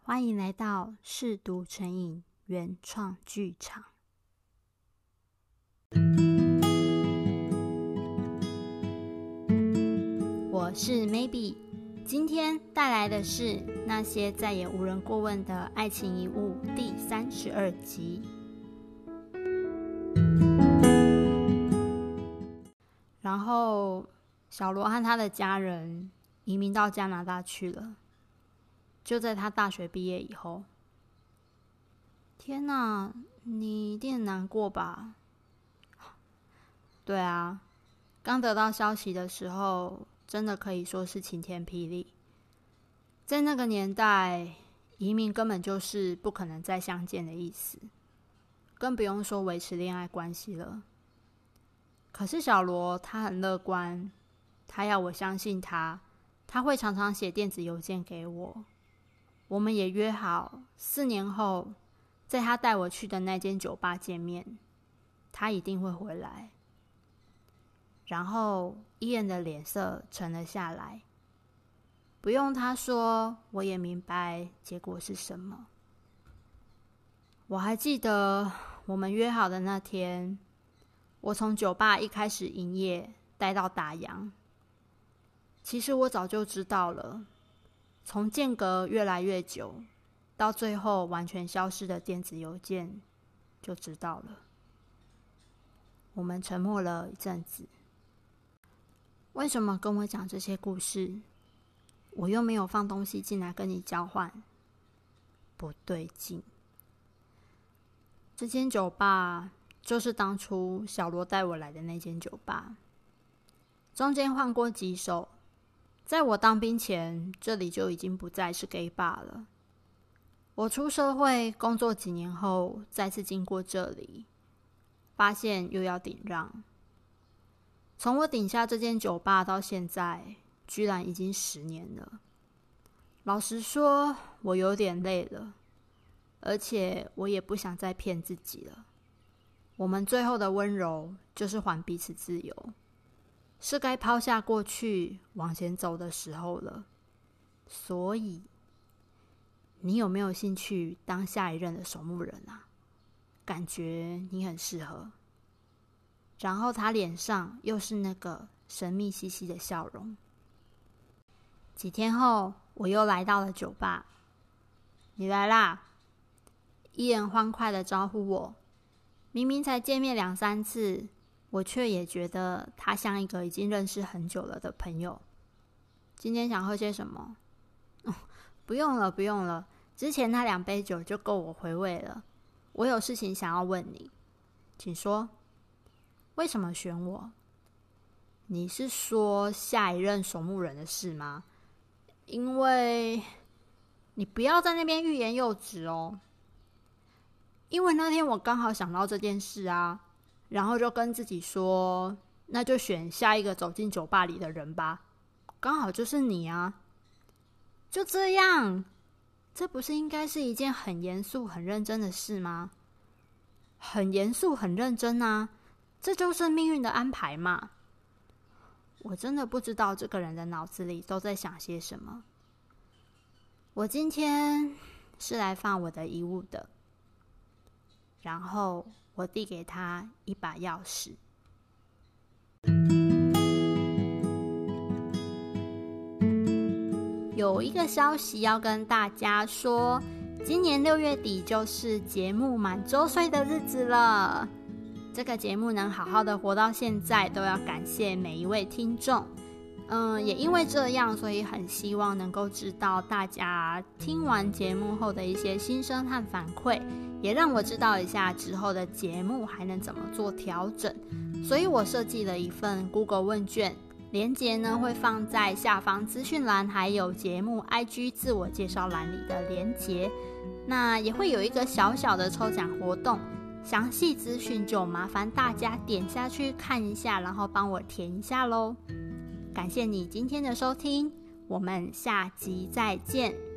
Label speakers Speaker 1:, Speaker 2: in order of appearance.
Speaker 1: 欢迎来到嗜读成瘾原创剧场。我是 Maybe， 今天带来的是那些再也无人过问的爱情遗物第32集。然后小罗和他的家人移民到加拿大去了，就在他大学毕业以后。天哪，你一定很难过吧？对啊，刚得到消息的时候，真的可以说是晴天霹雳。在那个年代，移民根本就是不可能再相见的意思，更不用说维持恋爱关系了。可是小罗他很乐观，他要我相信他会常常写电子邮件给我。我们也约好4年后在他带我去的那间酒吧见面，他一定会回来。然后伊恩的脸色沉了下来，不用他说，我也明白结果是什么。我还记得我们约好的那天，我从酒吧一开始营业待到打烊。其实我早就知道了，从间隔越来越久到最后完全消失的电子邮件就知道了。我们沉默了一阵子。为什么跟我讲这些故事？我又没有放东西进来跟你交换。不对劲。这间酒吧就是当初小罗带我来的那间酒吧，中间换过几手。在我当兵前，这里就已经不再是 gay bar 了。我出社会工作几年后，再次经过这里，发现又要顶让。从我顶下这间酒吧到现在，居然已经10年了。老实说，我有点累了，而且我也不想再骗自己了。我们最后的温柔，就是还彼此自由，是该抛下过去往前走的时候了。所以你有没有兴趣当下一任的守墓人啊？感觉你很适合。然后他脸上又是那个神秘兮兮的笑容。几天后，我又来到了酒吧。你来啦！伊人欢快地招呼我。明明才见面2-3次，我却也觉得他像一个已经认识很久了的朋友。今天想喝些什么？不用了，不用了，之前那2杯酒就够我回味了。我有事情想要问你，请说。为什么选我？你是说下一任守墓人的事吗？因为你不要在那边欲言又止哦。因为那天我刚好想到这件事啊，然后就跟自己说，那就选下一个走进酒吧里的人吧，刚好就是你啊。就这样，这不是应该是一件很严肃很认真的事吗？很严肃很认真啊，这就是命运的安排嘛。我真的不知道这个人的脑子里都在想些什么。我今天是来放我的遗物的。然后我递给他一把钥匙。有一个消息要跟大家说，今年6月底就是节目满周岁的日子了。这个节目能好好的活到现在，都要感谢每一位听众。也因为这样，所以很希望能够知道大家听完节目后的一些心声和反馈，也让我知道一下之后的节目还能怎么做调整。所以我设计了一份 Google 问卷，连结呢会放在下方资讯栏，还有节目 IG 自我介绍栏里的连结。那也会有一个小小的抽奖活动，详细资讯就麻烦大家点下去看一下，然后帮我填一下咯。感谢你今天的收听，我们下集再见。